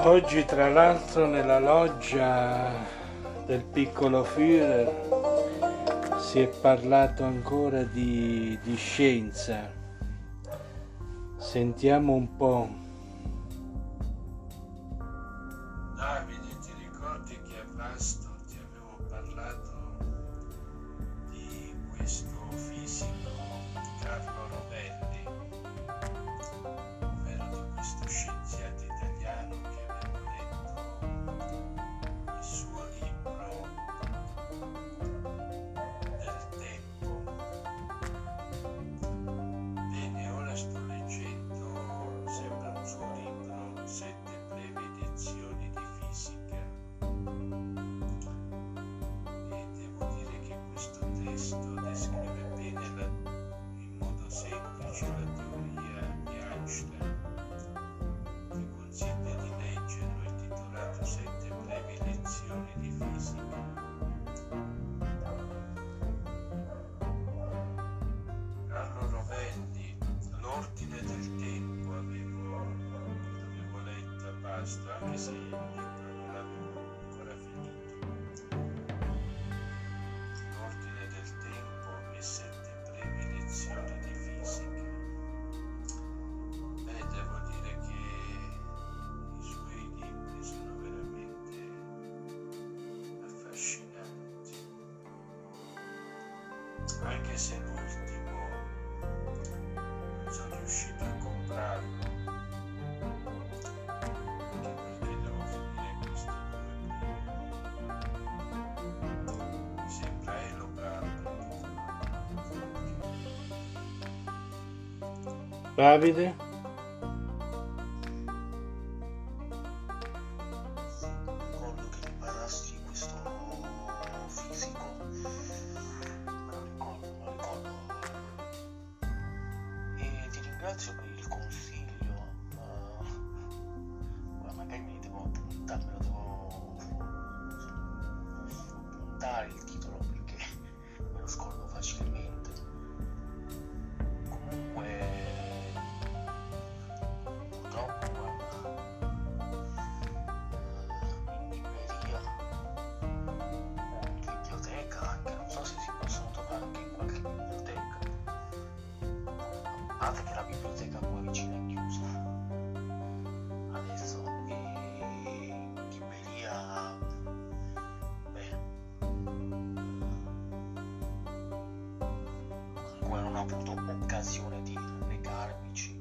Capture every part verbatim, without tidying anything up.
Oggi tra l'altro nella loggia del piccolo Führer si è parlato ancora di, di scienza. Sentiamo un po'. Davide, ti ricordi che a Vasto ti avevo parlato di questo fisico Carlo Rovelli, ovvero di questo scienziato italiano che avevo letto il suo libro del tempo? Bene, ora sto leggendo, sembra un suo libro, Sette brevi lezioni di fisica, e devo dire che questo testo descrive bene la, in modo semplice la teoria di Einstein. Ti consiglio di leggerlo, è titolato Sette brevi lezioni di fisica. Carlo Rovelli, L'ordine del tempo, avevo, avevo letto a Vasto, anche se il libro non l'avevo ancora finito. L'ordine del tempo e sette brevi lezioni di fisica. Beh, devo dire che i suoi libri sono veramente affascinanti, anche se l'ultimo non sono riuscito a comprarlo, anche perché devo finire questi due primi. Mi sembra Elobrando. Davide? Ricordo che mi parlassi di questo fisico, me lo ricordo, me lo ricordo, e ti ringrazio per il consiglio. Uh, ora magari me, devo appuntare, me lo devo puntare il titolo perché me lo scordo facilmente. Comunque, purtroppo, guarda, in libreria o in biblioteca, anche non so se si possono trovare anche in qualche biblioteca, a parte che la biblioteca qua vicina è chiusa adesso, e in libreria, beh, ancora non ho avuto occasione di recarmici,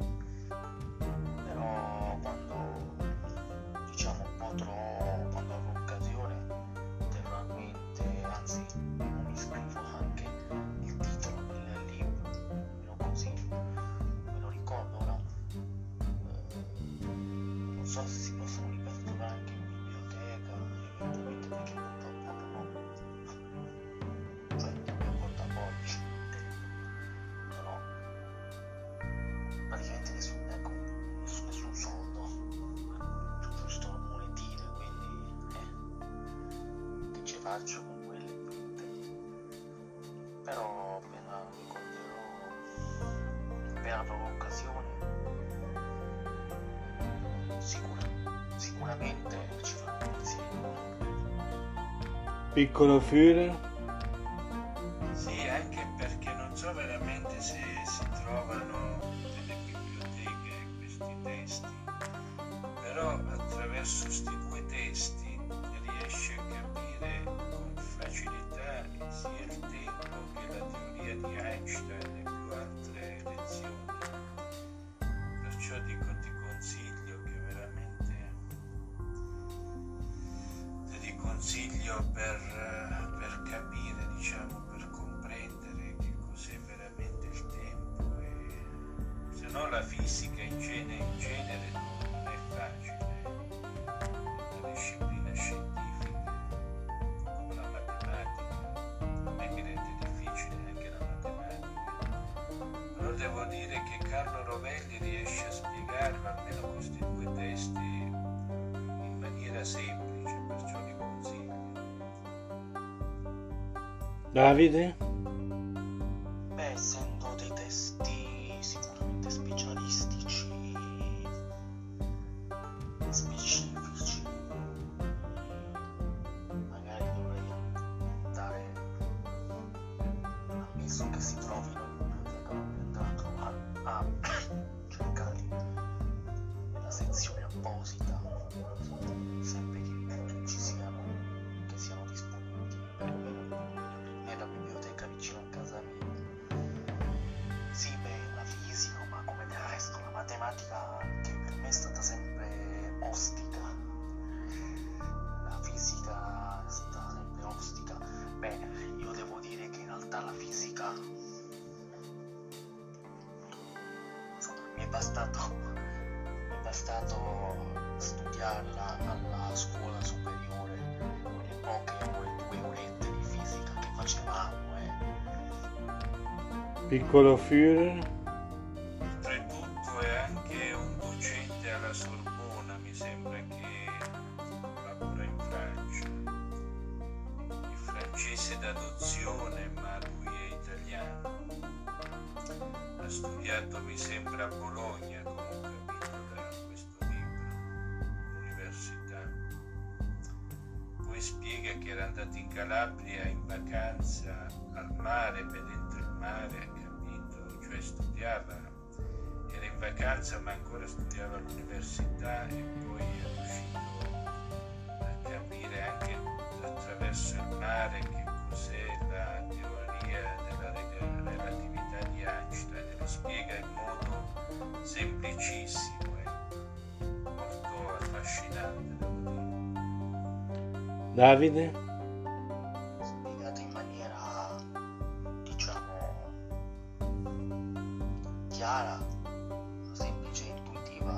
però quando, diciamo, potrò, quando avrò occasione, terrò a mente, anzi mi scrivo anche il titolo del libro, almeno così me lo ricordo. Ora eh, non so se si possono ripetere trovare anche in biblioteca, eventualmente, perché purtroppo non ho, cioè nel mio portafogli non ho praticamente nessun, ecco, nessun, nessun soldo, giusto monetine, quindi eh, che ci faccio con quelle finte. Però appena ricorderò, appena avrò occasione, sicura, sicuramente ci farò insieme. Piccolo Führer? Sì, anche perché non so veramente se si trovano nelle biblioteche questi testi, però attraverso questi due testi riesce a capire con facilità sia il tempo che la teoria di Einstein e più altre lezioni. Perciò dico, ti consiglio che veramente te li consiglio per, eh, per capire, diciamo, per comprendere che cos'è veramente il tempo, e se no la fisica in genere, in genere non è facile, è una disciplina scientifica come la matematica. A me mi rende difficile anche la matematica, però devo dire che Carlo Rovelli riesce a spiegarlo, almeno questi due testi, in maniera semplice, perciò li consiglio. Davide? Beh, essendo dei testi sicuramente specialistici, specifici, penso che si trovino in biblioteca, non andato a, a cercarli nella sezione apposita, sempre che ci siano, che siano disponibili perlomeno nella biblioteca vicino a casa mia. Sì, beh, la fisica, ma come del resto la matematica, che per me è stata sempre ostica. La fisica è stata sempre ostica. Beh, io devo dire che in realtà la fisica, insomma, mi è bastato, mi è bastato studiarla alla scuola superiore, le poche ore, due orette di fisica che facevamo, eh. Piccolo Führer, Oltretutto è anche un docente alla Sorbona, mi sembra che lavora in Francia. È francese d'adozione, ma lui è italiano. Ha studiato, mi sembra, a Bologna, come ho capito da questo libro, all'università. Poi spiega che era andato in Calabria in vacanza al mare, vedendo il mare, ha capito, cioè studiava, era in vacanza ma ancora studiava all'università, e poi è riuscito a capire anche attraverso il mare che cos'è la teoria della reg- relatività di Einstein, e lo spiega in modo semplicissimo e molto affascinante, devo dire. Davide, Spiegato in maniera, diciamo, chiara, semplice e intuitiva,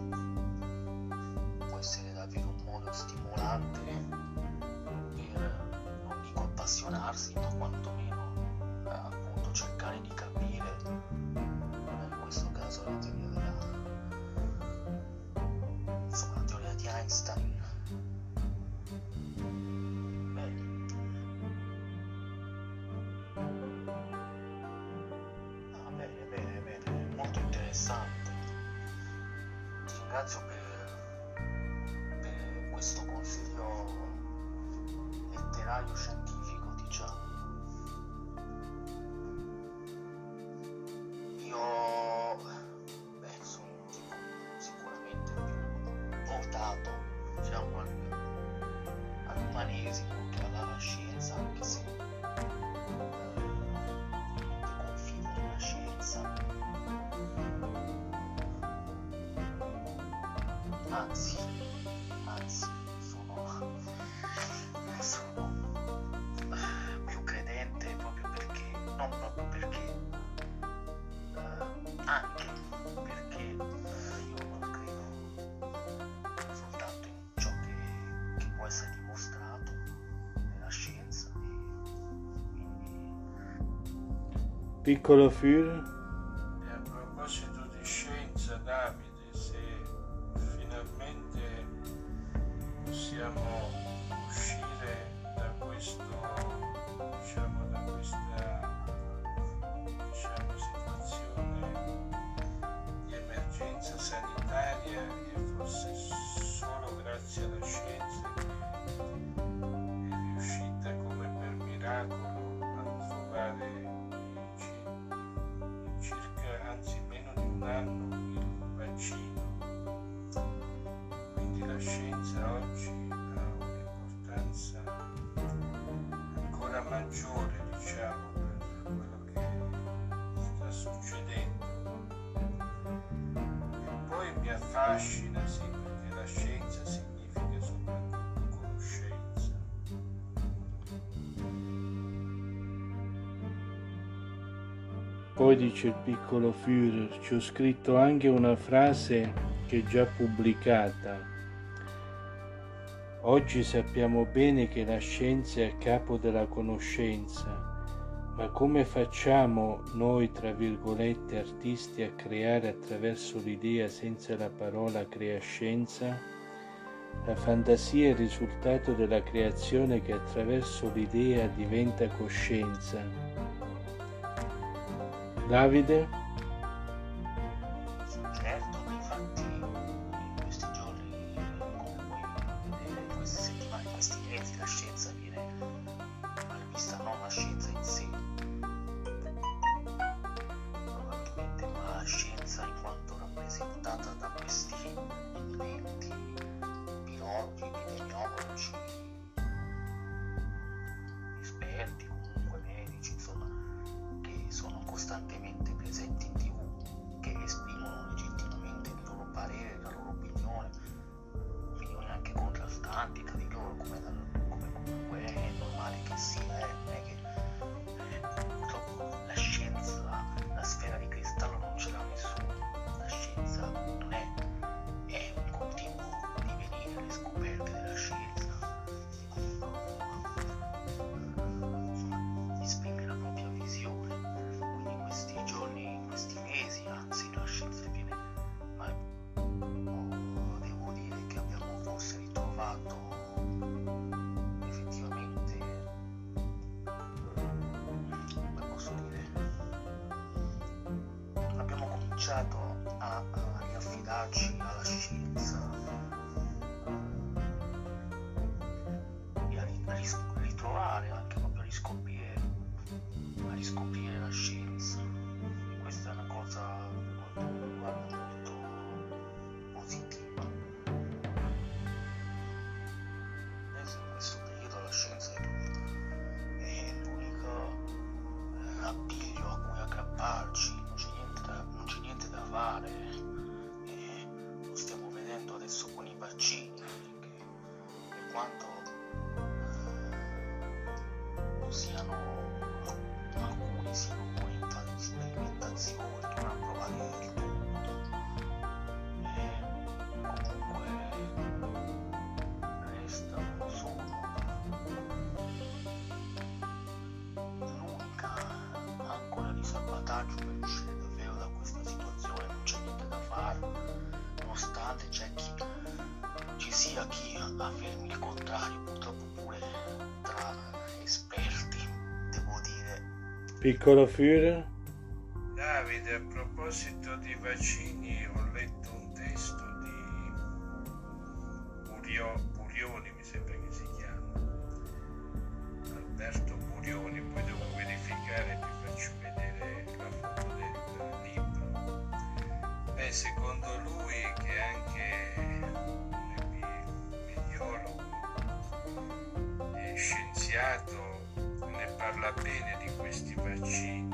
può essere davvero un modo stimolante per, non dico appassionarsi, ma quantomeno eh, appunto cercare di capire, eh, in questo caso la teoria della, insomma, la teoria di Einstein. Ah, bene, bene, bene, molto interessante. Ti ringrazio per, per questo consiglio letterario scientifico, diciamo. Io, beh, sono un tipo sicuramente più portato, diciamo, al, all'umanesimo che alla scienza, anche se confido nella scienza, anzi, anzi, sono, sono più credente proprio perché, non proprio perché, eh, anche perché io non credo soltanto in ciò che, che può essere dimostrato nella scienza, e quindi piccolo Führer, E a proposito di scienza, Davide, se finalmente possiamo uscire da questo, diciamo, da questa, diciamo, situazione di emergenza sanitaria, e forse solo grazie alla scienza che è riuscita come per miracolo a trovare in ci- in circa, anzi meno di un anno, il vaccino. Quindi la scienza oggi ha un'importanza ancora maggiore, diciamo, per quello che sta succedendo. E poi mi affascina, sì, perché la scienza significa soprattutto conoscenza. poi dice il piccolo Führer, ci ho scritto anche una frase che è già pubblicata. Oggi sappiamo bene che la scienza è a capo della conoscenza, ma come facciamo noi, tra virgolette, artisti, a creare attraverso l'idea senza la parola creascenza? La fantasia è il risultato della creazione che attraverso l'idea diventa coscienza. Davide? certo, infatti in questi giorni, comunque, in queste settimane, in questi mesi, la scienza viene malvista, non la scienza in sé, costantemente presenti in tv, che esprimono legittimamente il loro parere, la loro opinione, opinioni anche contrastanti tra di loro, come, da, come comunque è normale che sia, eh, non è che eh, purtroppo la scienza, la sfera di cristallo non ce l'ha nessuno, la scienza non è, è un continuo divenire, le scoperte della scienza, insomma, esprime la propria visione. Quindi in questi giorni, in questi mesi, anzi la scienza viene, ma oh, devo dire che abbiamo forse ritrovato effettivamente, come posso dire, abbiamo cominciato a, a riaffidarci alla scienza e a ri- a ris- ritrovare, anche proprio a riscoprire, a riscoprire la scienza. E questa è una cosa molto, guarda, molto positiva. Adesso in questo periodo la scienza è, è l'unico eh, appiglio a cui aggrapparci, non c'è niente da, non c'è niente da fare. E lo stiamo vedendo adesso con i vaccini, che per quanto eh, siano alcuni siano ancora in fase di sperimentazione, dovrà provare il tutto, e comunque restano solo l'unica ancora di salvataggio per uscire davvero da questa situazione. Non c'è niente da fare, nonostante c'è chi ci sia chi affermi il contrario, purtroppo pure tra esperti, devo dire. Piccolo Führer? Davide, a proposito di vaccini, ho letto un testo di Burio, Burioni, mi sembra che si chiama, Alberto Burioni, poi devo verificare, vi faccio vedere la foto del libro. Beh, secondo lui, che è anche un epidemiologo e scienziato, ne parla bene di questi vaccini,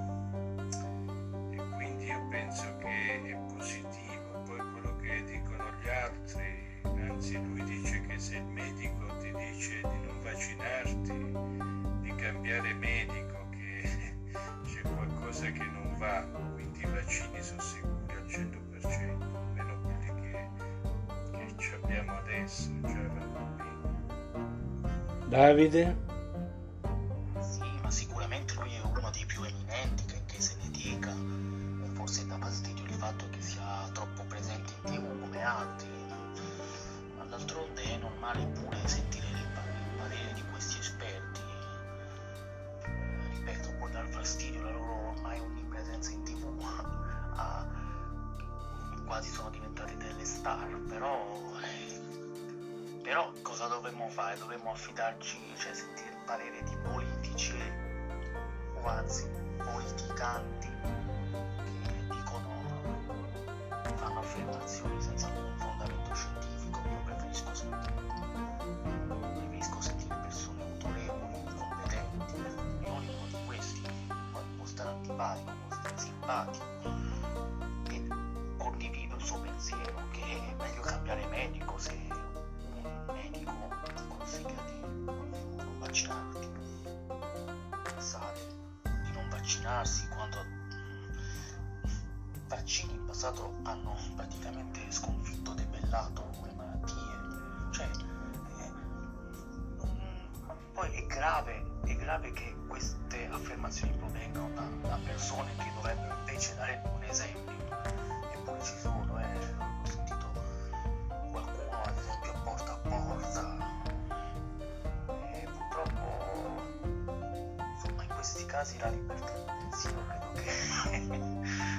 e quindi io penso che è positivo. Poi quello che dicono gli altri, anzi lui dice che se il medico ti dice di non vaccinarti, di cambiare medico, che c'è qualcosa che non va, quindi i vaccini sono sicuri al cento per cento, almeno quelli che, che ci abbiamo adesso, già vanno bene. Davide? Sì, ma sicuramente lui è uno dei più eminenti, che, che se ne dica. Forse dà fastidio il fatto che sia troppo presente in tv come altri, ma d'altronde è normale pure sentire il, pa- il parere di questi esperti. Eh, ripeto, può dar fastidio la loro ormai onnipresenza in tv, ah, quasi sono diventati delle star, però eh, però cosa dovremmo fare? Dovremmo affidarci, cioè sentire il parere di politici o anzi politicanti che dicono, fanno affermazioni senza alcun fondamento scientifico. Io preferisco sentire, preferisco sentire persone autorevoli, competenti. Io uno di questi, poi può stare antipatico, può stare simpatico, e condivido il suo pensiero che è meglio cambiare medico se un medico consiglia di non vaccinarti. Pensare di non vaccinarsi quando i vaccini in passato hanno praticamente sconfitto, debellato le malattie, cioè eh, non- poi è grave, è grave che queste affermazioni provengano da, da persone che dovrebbero invece dare un esempio, eppure ci sono, eh, ho sentito qualcuno ad esempio porta a porta, e purtroppo insomma in questi casi la libertà di pensiero credo che